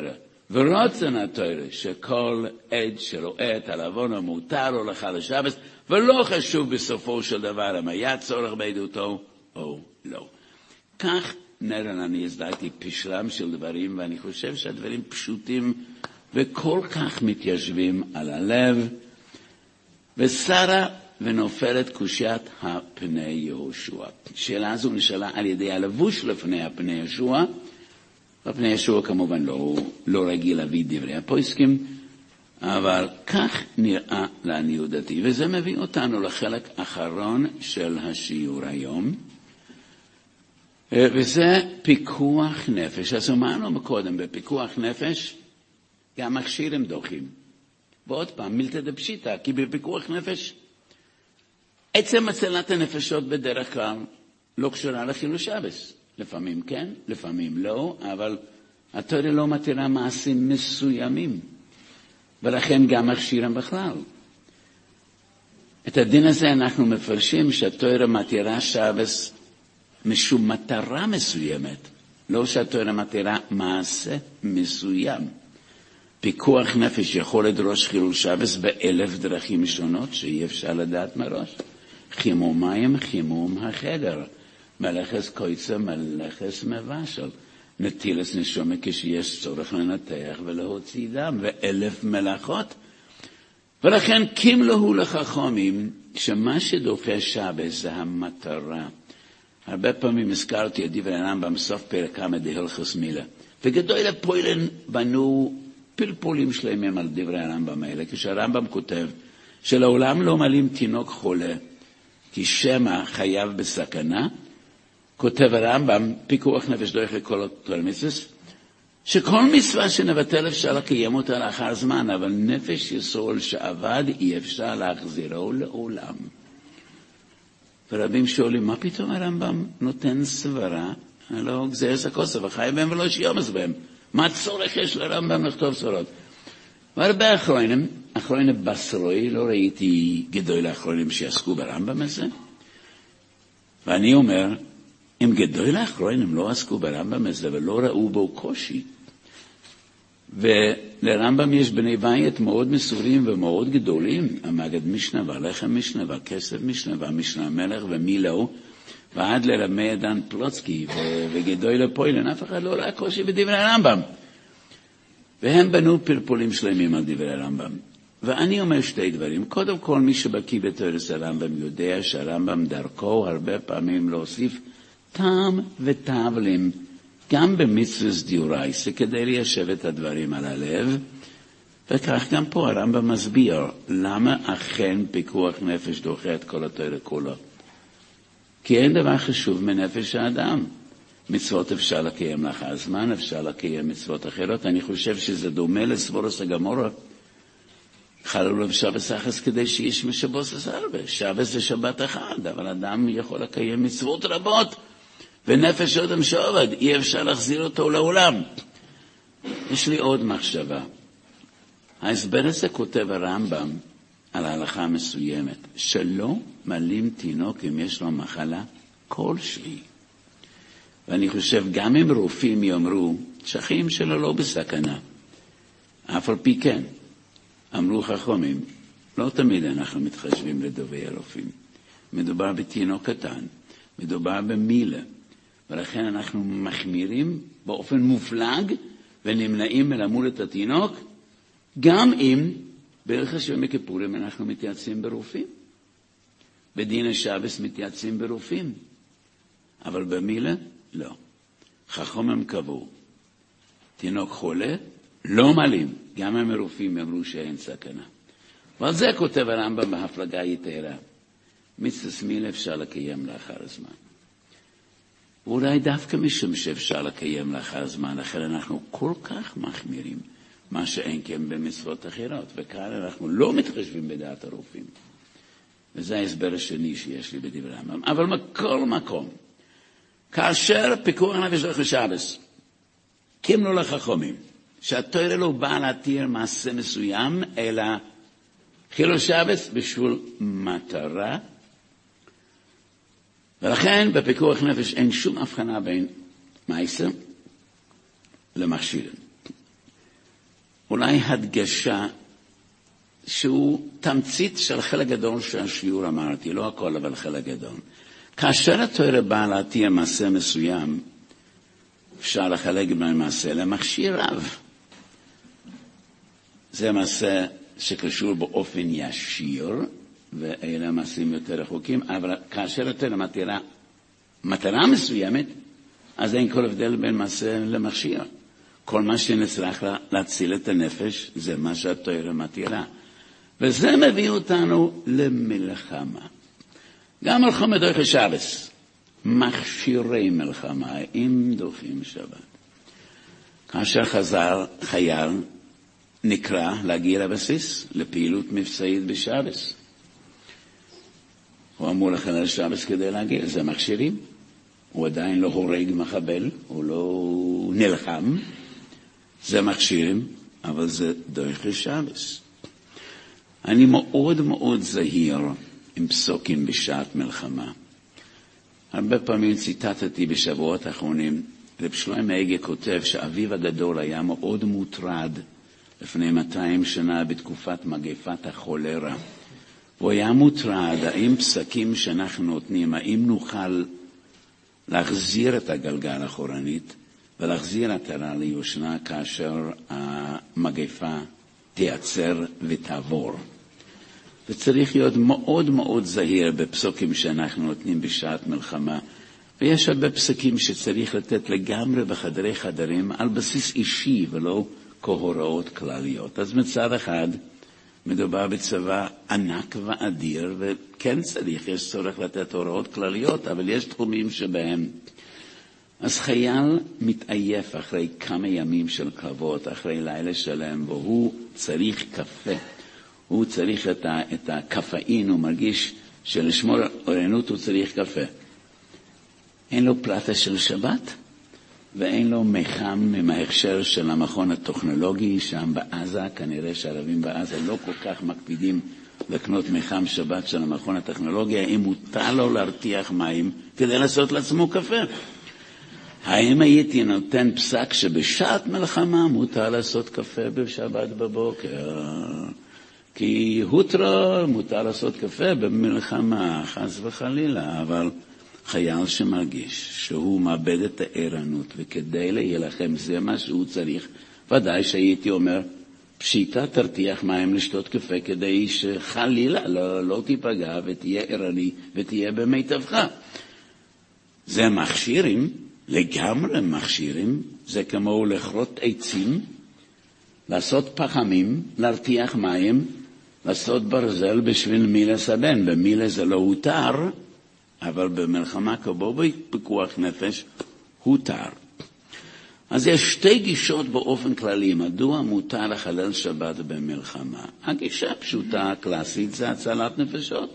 ורוצן התורה שכל עד שרואה את הלבון המותר לו לך לשבת, ולא חשוב בסופו של דבר אם היה צורך בעדותו או לא. כך נראה, אני הסדרתי פשרם של דברים, ואני חושב שהדברים פשוטים וכל כך מתיישבים על הלב, ושרה ונופלת קושיית הפני יהושע. שאלה זו נשאלה על ידי הלבוש לפני הפני יהושע, הפני יהושע כמובן לא רגיל להביא דברי הפוסקים, אבל כך נראה לעניות דעתי, וזה מביא אותנו לחלק האחרון של השיעור היום, וזה פיקוח נפש. אז אמרנו מקודם, בפיקוח נפש גם מכשירים דוחים. ועוד פעם, מילתא דפשיטא, כי בפיקוח נפש עצם הצלת הנפשות בדרך כלל לא קשורה לחילול שבת. לפעמים כן, לפעמים לא, אבל התורה לא מתירה מעשים מסוימים, ולכן גם מכשירים בכלל. את הדין הזה אנחנו מפרשים שהתורה מתירה שבת משום מטרה מסוימת, לא שהתורה מתירה מעשה מסוים. פיקוח נפש יכול לדרוש חילול שבת באלף דרכים שונות שאי אפשר לדעת מראש. חימום מים, חימום החדר, מלאכת קויצה, מלאכת מבשל, נטילת נשומה כשיש צורך לנתח ולהוציא דם, ואלף מלאכות. ולכן קימלו לחכמים שמה שדוחה שבת זה המטרה. הרבה פעמים הזכרתי את דברי הרמב"ם בסוף פרק כמה דהלכות מילה, וגדול הפועלן בנו פלפולים שלמים על דברי הרמב"ם האלה, כשהרמב"ם כותב שלעולם לא מלים תינוק חולה כי שמא חייב בסכנה, כותב הרמב"ם פיקוח נפש דוחה כל מצוות, שכל מצווה שנבטל אפשר לקיים אותה לאחר זמן, אבל נפש יסוד שעבד אי אפשר להחזירו לעולם. ורבים שואלים, מה פתאום הרמב"ם נותן סברה? הלא גזיר סקוסה וחי בהם ולא שיומס בהם. מה צורך יש לרמב"ם לכתוב סברות? והרבה אחרונים בסרוי, לא ראיתי גדול האחרונים שיעסקו ברמב"ם הזה. ואני אומר, אם גדול האחרונים לא עסקו ברמב"ם הזה ולא ראו בו קושי, ולרמב"ם יש בני בית מאוד מסורים ומאוד גדולים, המגד משנה והלחם משנה והכסף משנה והמשנה המלך ומילו, ועד לרמי דן פלוצקי וגדוי לפוילן, אף אחד לא ראה קושי בדברי הרמב"ם. והם בנו פלפולים שלמים על דברי הרמב"ם. ואני אומר שתי דברים. קודם כל, מי שבקיא בתורס הרמב"ם יודע שהרמב"ם דרכו הרבה פעמים להוסיף טעם וטבלים, גם במצוות דיורייסה, כדי ליישב את הדברים על הלב. וכך גם פה הרמב"ם מסביר למה אכן פיקוח נפש דוחה את כל התורה כולו. כי אין דבר חשוב מנפש האדם. מצוות אפשר לקיים לאחר זמן, אפשר לקיים מצוות אחרות. אני חושב שזה דומה לסבורס הגמורה. חללו בשבת סחס כדי שיש משבוס הרבה. שבת זה שבת אחד, אבל אדם יכול לקיים מצוות רבות, ונפש אדם שעובד, אי אפשר להחזיר אותו לעולם. יש לי עוד מחשבה. ההסבר הזה כותב הרמב"ם על ההלכה מסוימת, שלא מלים תינוק אם יש לו מחלה כלשהי. ואני חושב, גם אם רופאים יאמרו שהחיים שלו לא בסכנה, אף על פי כן, אמרו חכמים, לא תמיד אנחנו מתחשבים לדובי הרופאים. מדובר בתינוק קטן, מדובר במילה, ולכן אנחנו מחמירים באופן מופלג ונמנעים מלמול את התינוק, גם אם בערך יום הכיפורים אנחנו מתייעצים ברופאים. בדין השבס מתייעצים ברופאים. אבל במילה, לא. חכמים קבעו, תינוק חולה, לא מלים. גם הם הרופאים אמרו שאין סכנה. ועל זה כותב הרמב"ם בהפלגה יתרה. מצוות מילה אפשר לקיים לאחר הזמן. ואולי דווקא משום שאפשר לקיים לאחר זמן, אחר אנחנו כל כך מחמירים, מה שאין כן במצוות אחרות, וכאן אנחנו לא מתחשבים בדעת הרופאים. וזה ההסבר השני שיש לי בדברי הרמב"ם. אבל מכל מקום, כאשר פיקוח נפש דוחה שבת, קימלו לחכמים, שהתורה לא באה להתיר מעשה מסוים, אלא חילול שבת בשביל מטרה, ולכן בפיקוח נפש אין שום הבחנה בין מעשה למכשירים. אולי הדגשה שהוא תמצית של חלק גדול של השיעור אמרתי, לא הכל אבל חלק גדול. כאשר התורה באה להתיר מעשה מסוים, אפשר לחלק בין מעשה למכשיר רב. זה מעשה שקשור באופן ישיר, ואלה מעשים יותר רחוקים, אבל כאשר התורה מתירה מטרה מסוימת, אז אין כל הבדל בין מעשה למכשיר. כל מה שנצטרך להציל את הנפש, זה מה שהתורה מתירה. וזה מביא אותנו למלחמה. גם מלחמה דרך שבס, מכשירי מלחמה, אם דוחים שבת. כאשר חייל נקרא להגיע לבסיס, לפעילות מבצעית בשבס. הוא אמור לחלל שבס כדי להגיע, זה מכשירים. הוא עדיין לא הורג מחבל, הוא לא נלחם. זה מכשירים, אבל זה דרך שבס. אני מאוד מאוד זהיר עם פסוקים בשעת מלחמה. הרבה פעמים ציטטתי בשבועות האחרונים, רב שלמה הגה כותב שאביו הגדול היה מאוד מוטרד לפני 200 שנה בתקופת מגפת החולרה. הוא היה מוטרד, האם פסקים שאנחנו נותנים, האם נוכל להחזיר את הגלגל אחורנית ולהחזיר עטרה ליושנה כאשר המגפה תיעצר ותעבור. וצריך להיות מאוד מאוד זהיר בפסוקים שאנחנו נותנים בשעת מלחמה. ויש הרבה פסקים שצריך לתת לגמרי בחדרי חדרים על בסיס אישי ולא כהוראות כלליות. אז מצד אחד מדובר בצבא ענק ואדיר, וכן צריך, יש צורך לתת הוראות כלליות, אבל יש תחומים שבהם. אז חייל מתעייף אחרי כמה ימים של קרבות, אחרי לילה שלם, והוא צריך קפה. הוא צריך את הקפאין, הוא מרגיש שלשמור ערנות הוא צריך קפה. אין לו פלטה של שבת, ואין לו מחם מההכשר של המכון הטכנולוגי שם בעזה. כנראה שהערבים בעזה לא כל כך מקפידים לקנות מחם שבת של המכון הטכנולוגי, אם מותר לו להרתיח מים כדי לעשות לעצמו קפה. האם הייתי נותן פסק שבשעת מלחמה מותר לעשות קפה בשבת בבוקר? כי הותרה מותר לעשות קפה במלחמה, חס וחלילה, אבל חייל שמרגיש שהוא מאבד את הערנות, וכדי להילחם זה מה שהוא צריך, ודאי שהייתי אומר, פשיטה תרתיח מים לשתות קפה, כדי שחלילה לא תיפגע ותהיה ערני ותהיה במיטבך. זה מכשירים, לגמרי מכשירים, זה כמו לכרות עצים, לעשות פחמים, להרתיח מים, לעשות ברזל בשביל מילה סבן. במילה זה לא הותר, אבל במלחמה כמו בפיקוח נפש הותר. אז יש שתי גישות באופן כללי, מדוע מותר לחלל שבת במלחמה. הגישה הפשוטה הקלאסית זה הצלת נפשות.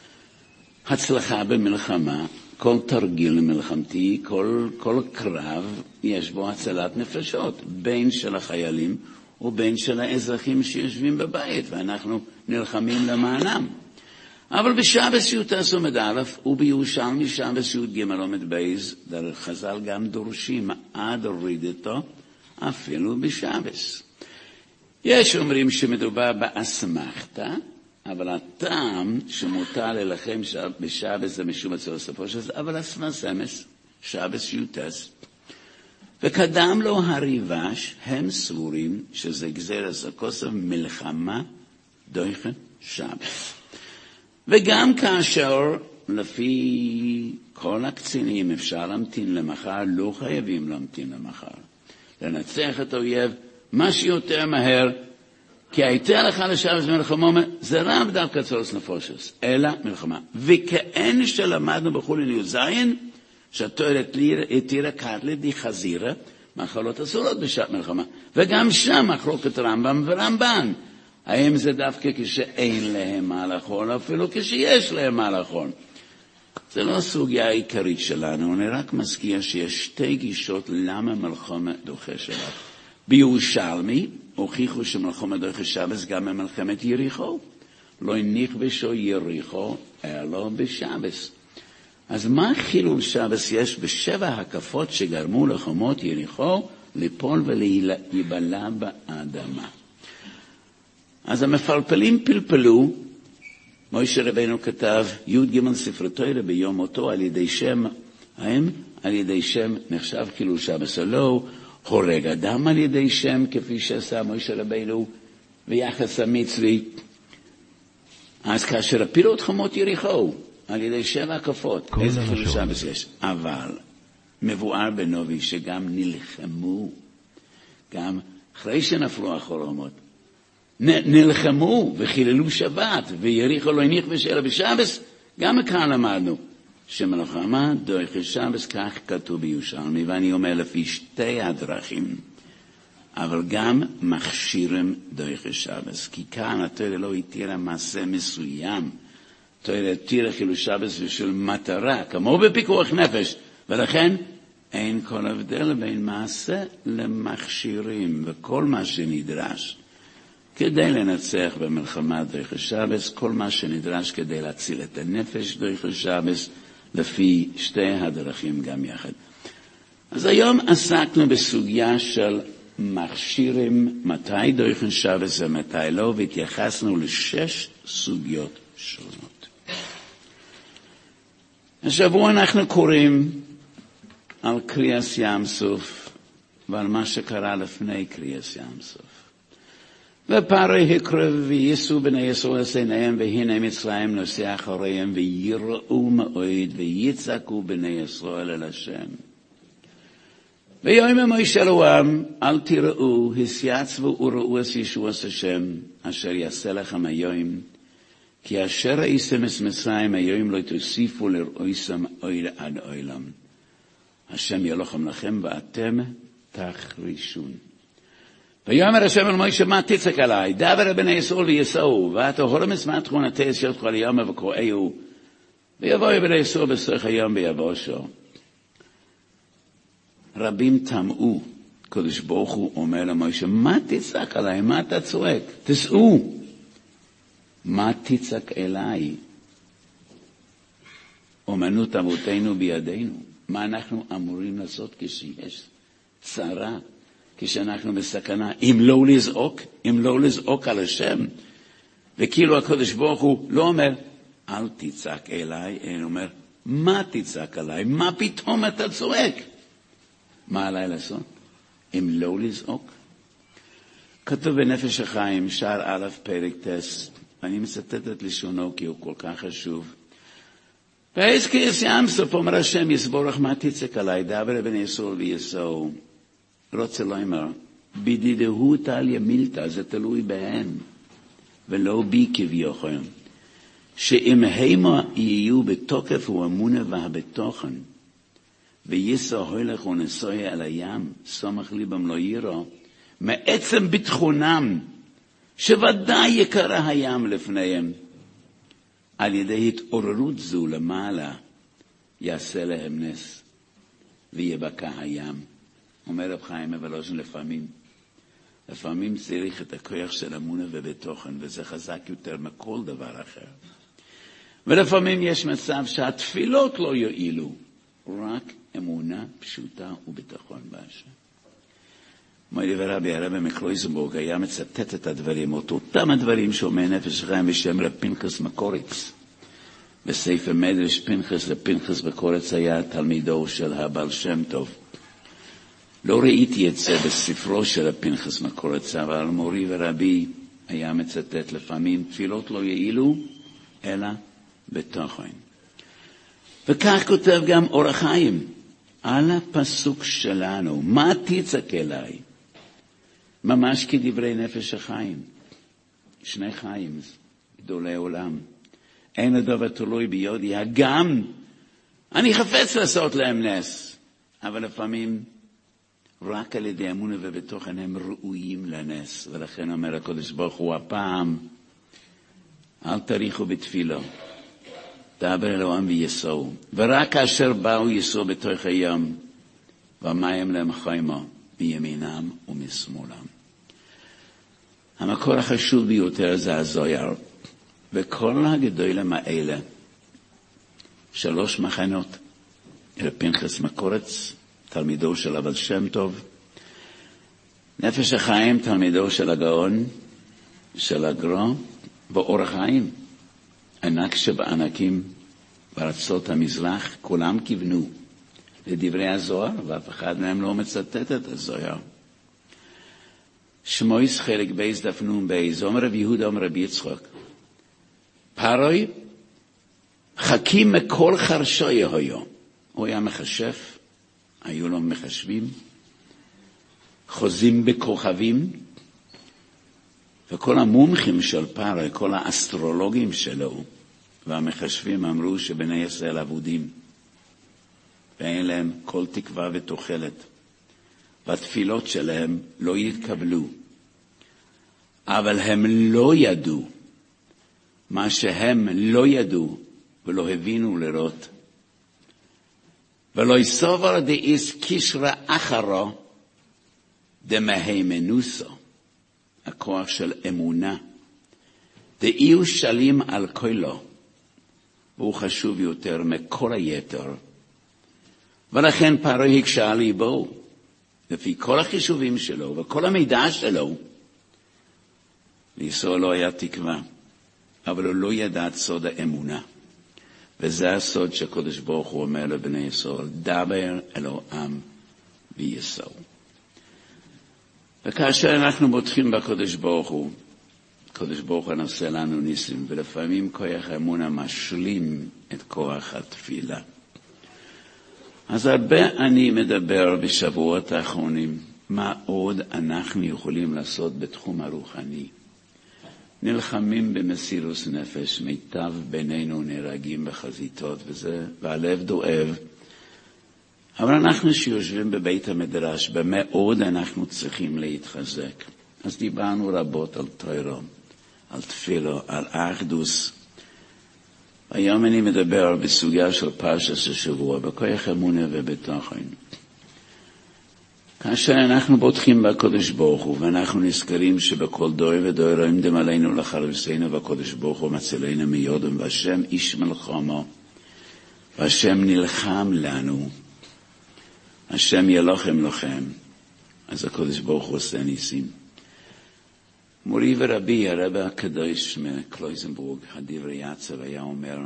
הצלחה במלחמה, כל תרגיל מלחמתי, כל קרב, יש בו הצלת נפשות, בין של החיילים ובין של האזרחים שיושבים בבית, ואנחנו נלחמים למענם. אבל בשבס י' עמוד א' ובירושלמי שבס י' ג' עמוד בייז, דרך חז"ל גם דורשים עד הורידתו אפילו בשבס. יש אומרים שמדובר באסמכתא, אבל הטעם שמותר ללחם בשבס זה משום הצורך סופו של זה, אבל אסמסמס, שבס יוטס. וקדם לו הריבש, הם סבורים שזה גזר הסקוסף מלחמה דויכן שבס. וגם כאשר לפי כל הקצינים אפשר להמתין למחר, לא חייבים להמתין למחר. לנצח את האויב מה שיותר מהר, כי הייתה לך לשבס מלחמה, זה רב דווקא צורך נפושס, אלא מלחמה. וכאין שלמדנו בחולין י"ז, שהתורה התירה קטלה די חזירה, מאכלות אסורות בשעת מלחמה. וגם שם מחלוקת רמב"ם ורמב"ן. האם זה דווקא כשאין להם מה לאכול, אפילו כשיש להם מה לאכול? זה לא הסוגיה העיקרית שלנו, אני רק מזכיר שיש שתי גישות למה מלחמה דוחה שבת. בירושלמי הוכיחו שמלחמה דוחה שבס גם במלחמת יריחו. לא נכבשו יריחו אלא בשבס. אז מה חילול שבס יש בשבע הקפות שגרמו לחומות יריחו ליפול ולהיבלע באדמה. אז המפלפלים פלפלו, מוישה רבינו כתב י' ספר תורה ביום מותו על ידי שם, האם על ידי שם נחשב כאילו שבס או לא, הורג אדם על ידי שם כפי שעשה מוישה רבינו ויחס המצרי. אז כאשר הפילו את חומות יריחו על ידי 7 הקפות, איזה כאילו שבס יש? אבל מבואר בנובי שגם נלחמו, גם אחרי שנפלו החורמות, נלחמו וחיללו שבת, ויריחו לא הניח בשאלה בשבס, גם כאן למדנו, שמלחמה דויכי שבס, כך כתוב בירושלמי, ואני אומר לפי 2 הדרכים, אבל גם מכשירים דויכי שבס, כי כאן התורה לא התירה מעשה מסוים, התורה התירה חילול שבס בשביל מטרה, כמו בפיקוח נפש, ולכן אין כל הבדל בין מעשה למכשירים, וכל מה שנדרש כדי לנצח במלחמה דויכי שבס, כל מה שנדרש כדי להציל את הנפש דויכי שבס, לפי 2 הדרכים גם יחד. אז היום עסקנו בסוגיה של מכשירים, מתי דויכי שבס ומתי לא, והתייחסנו ל6 סוגיות שונות. השבוע אנחנו קוראים על קריאס ים סוף, ועל מה שקרה לפני קריאס ים סוף. ופרעה הקרב וייסעו בני ישראל עיניהם, והנה מצרים נוסע אחריהם, ויראו מאוד, ויצעקו בני ישראל אל השם. ויאמר מוישה לעם, אל תראו, התייצבו וראו את ישועת השם, אשר יעשה לכם היום, כי אשר ראיתם את מצרים היום לא תוסיפו לראותם עוד עד עולם. השם ילחם לכם ואתם תחרישון. ויאמר השם אל מוישה, מה תצעק עלי? דבר בני ישראל וייסעו, ואתה הורמס מהתכונתי אשר כל היום וקראהו, ויבואו בני ישראל בסוף היום ויבושו. רבים טמאו, קדוש ברוך הוא אומר למוישה, מה תצעק עלי? מה אתה צועק? תסעו. מה תצעק אליי? אומנות אבותינו בידינו. מה אנחנו אמורים לעשות כשיש צרה, כשאנחנו בסכנה? אם לא לזעוק על השם. וכאילו הקדוש ברוך הוא לא אומר, אל תצעק אליי, אלא אומר, מה תצעק עליי? מה פתאום אתה צועק? מה עליי לעשות? אם לא לזעוק? כתוב בנפש החיים, שער א' פרק ט', ואני מצטט את לשונו כי הוא כל כך חשוב. ואז קריאס ים סוף אומר השם יסבורך, מה תצעק עליי? דבר בני ישראל וייסעו. רוצה לומר, בדידות על ימילתא, זה תלוי בהם, ולא בי כביכול. שאם הם יהיו בתוקף ואמונה והבתוכן, וייסע הולך ונסוע על הים, סומך ליבם לא יירו, מעצם ביטחונם, שוודאי יקרא הים לפניהם, על ידי התעוררות זו למעלה, יעשה להם נס, ויבקע הים. אומר רב חיים מוולוז'ין, לפעמים צריך את הכוח של אמונה ובתוכן, וזה חזק יותר מכל דבר אחר. ולפעמים יש מצב שהתפילות לא יועילו, רק אמונה פשוטה וביטחון בהשם. מוידי ורבי הרבי מקלויזנבורג היה מצטט את הדברים, אותם הדברים שאומר נפש חיים בשם רב פנחס מקוריץ. בספר מדרש פנחס מקוריץ היה תלמידו של הבעל שם טוב. לא ראיתי את זה בספרו של פנחס מקוריץ, אבל מורי ורבי היה מצטט לפעמים, תפילות לא יעילו, אלא בתוכן. וכך כותב גם אור החיים, על הפסוק שלנו, מה תצעק אליי? ממש כדברי נפש החיים. 2 חיים, גדולי עולם. אין הדבר תלוי ביודי, גם אני חפץ לעשות להם נס, אבל לפעמים רק על ידי אמונה ובתוכן הם ראויים לנס, ולכן אומר הקדוש ברוך הוא הפעם, אל תריחו בתפילו, דבר אלוהם וייסעו, ורק כאשר באו ייסעו בתוך היום, והמים להם חיימו מימינם ומשמאלם. המקור החשוב ביותר זה הזויר, וכל הגדולים האלה, 3 מחנות, רב פנחס מקוריץ, תלמידו של הבעל שם טוב, נפש החיים, תלמידו של הגאון, של הגרו, באורח חיים. ענק שבענקים בארצות המזרח, כולם כיוונו לדברי הזוהר, ואף אחד מהם לא מצטט את הזוהר. שמויס חלק בייס דף נון בייס, אומר רב יהודה, אומר רב יצחק, פרוי חכים מכל חרשוי היו. הוא היה מחשף, היו לו מחשבים, חוזים בכוכבים, וכל המומחים של פרוי, כל האסטרולוגים שלו, והמחשבים אמרו שבני ישראל אבודים, ואין להם כל תקווה ותוחלת, והתפילות שלהם לא יתקבלו. אבל הם לא ידעו מה שהם לא ידעו ולא הבינו לראות. ולא יסובר דאיס קישרה אחרו דמהימנוסו, הכוח של אמונה, דאיו שלים על כולו, והוא חשוב יותר מכל היתר. ולכן פרעה הקשה על ליבו, לפי כל החישובים שלו וכל המידע שלו, לישראל לא היה תקווה, אבל הוא לא ידע את סוד האמונה. וזה הסוד שהקדוש ברוך הוא אומר לבני ישראל, דבר אלוהים בישראל. וכאשר אנחנו מותחים בקדוש ברוך הוא, הקדוש ברוך הוא נעשה לנו ניסים, ולפעמים כוח האמונה משלים את כוח התפילה. אז הרבה אני מדבר בשבועות האחרונים, מה עוד אנחנו יכולים לעשות בתחום הרוחני. נלחמים במסירות נפש, מיטב בינינו נהרגים בחזיתות, והלב דואב. אבל אנחנו שיושבים בבית המדרש, במה עוד אנחנו צריכים להתחזק. אז דיברנו רבות על תורה, על תפילה, על אחדות. היום אני מדבר בסוגיה של פרשת השבוע, בכוח אמונה ובתוכן. כאשר אנחנו בוטחים בקדוש ברוך הוא, ואנחנו נזכרים שבכל דור ודור עומדים עלינו לחרבנו, והקדוש ברוך הוא מצילנו מיודם, והשם איש מלחמה, והשם נלחם לנו, השם ילוחם לכם, אז הקדוש ברוך הוא עושה ניסים. מורי ורבי, הרב הקדוש מקלויזנבורג, הדברי יעצב, היה אומר,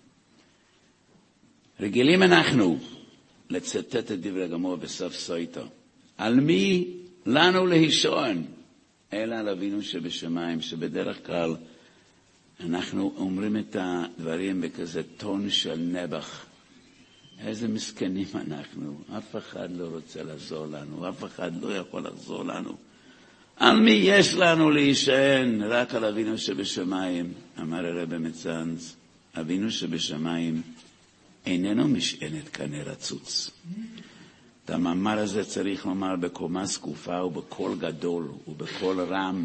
רגילים אנחנו לצטט את דברי הגמור בסוף סויטו, על מי לנו להישען? אלא על אבינו שבשמיים, שבדרך כלל אנחנו אומרים את הדברים בכזה טון של נבח. איזה מסכנים אנחנו, אף אחד לא רוצה לעזור לנו, אף אחד לא יכול לעזור לנו. על מי יש לנו להישען? רק על אבינו שבשמיים. אמר הרב מצאנז, אבינו שבשמיים איננו משענת כנה רצוץ. את המאמר הזה צריך לומר בקומה זקופה ובקול גדול ובקול רם.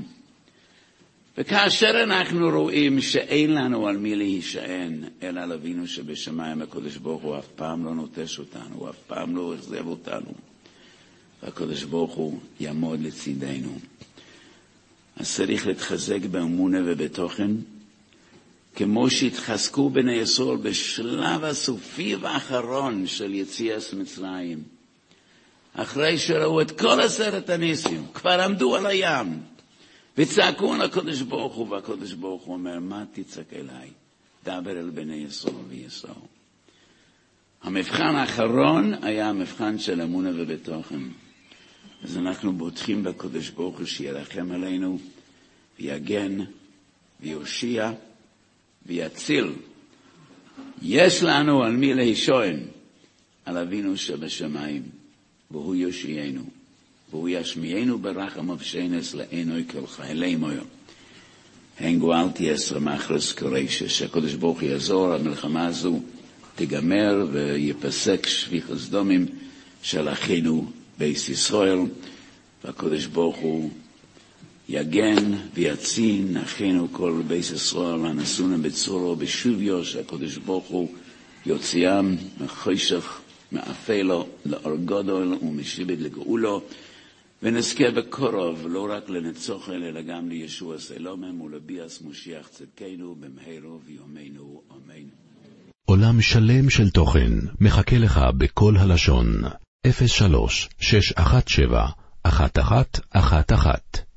וכאשר אנחנו רואים שאין לנו על מי להישען, אלא על אבינו שבשמיים, הקדוש ברוך הוא אף פעם לא נוטש אותנו, הוא אף פעם לא אכזב אותנו. והקדוש ברוך הוא יעמוד לצידנו. אז צריך להתחזק באמונה ובתוכן, כמו שהתחזקו בני ישראל בשלב הסופי והאחרון של יציאת מצרים. אחרי שראו את כל 10 הניסים, כבר עמדו על הים, וצעקו על הקדוש ברוך הוא, והקדוש ברוך הוא אומר, מה תצעק אליי? דבר אל בני ישראל וישראל. המבחן האחרון היה המבחן של אמונה ובתוכן. אז אנחנו בוטחים בקדוש ברוך הוא שירחם עלינו, ויגן, ויושיע, ויציל. יש לנו על מי להישען, על אבינו שבשמיים, והוא יושיענו, והוא ישמיענו ברחם ובשנס לעינוי כל חיילי מויר. הן גואלתי 10 מאחרס קורש, שהקדוש ברוך הוא יעזור, המלחמה הזו תיגמר ויפסק שפיכות דמים של אחינו בית ישראל, והקדוש ברוך הוא יגן ויצין אחינו כל בית ישראל הנסונה בצורו בשובו, שהקדוש ברוך הוא יוציאם מחושך מאפלו לאור גדול ומשיבד לגאולו, ונזכה בקרוב לא רק לנצח אלא גם לישוע שלומם ולביאס משיח צדקנו במהרה בימינו אמן. עולם שלם של תוכן מחכה לך בכל הלשון 03-617 1111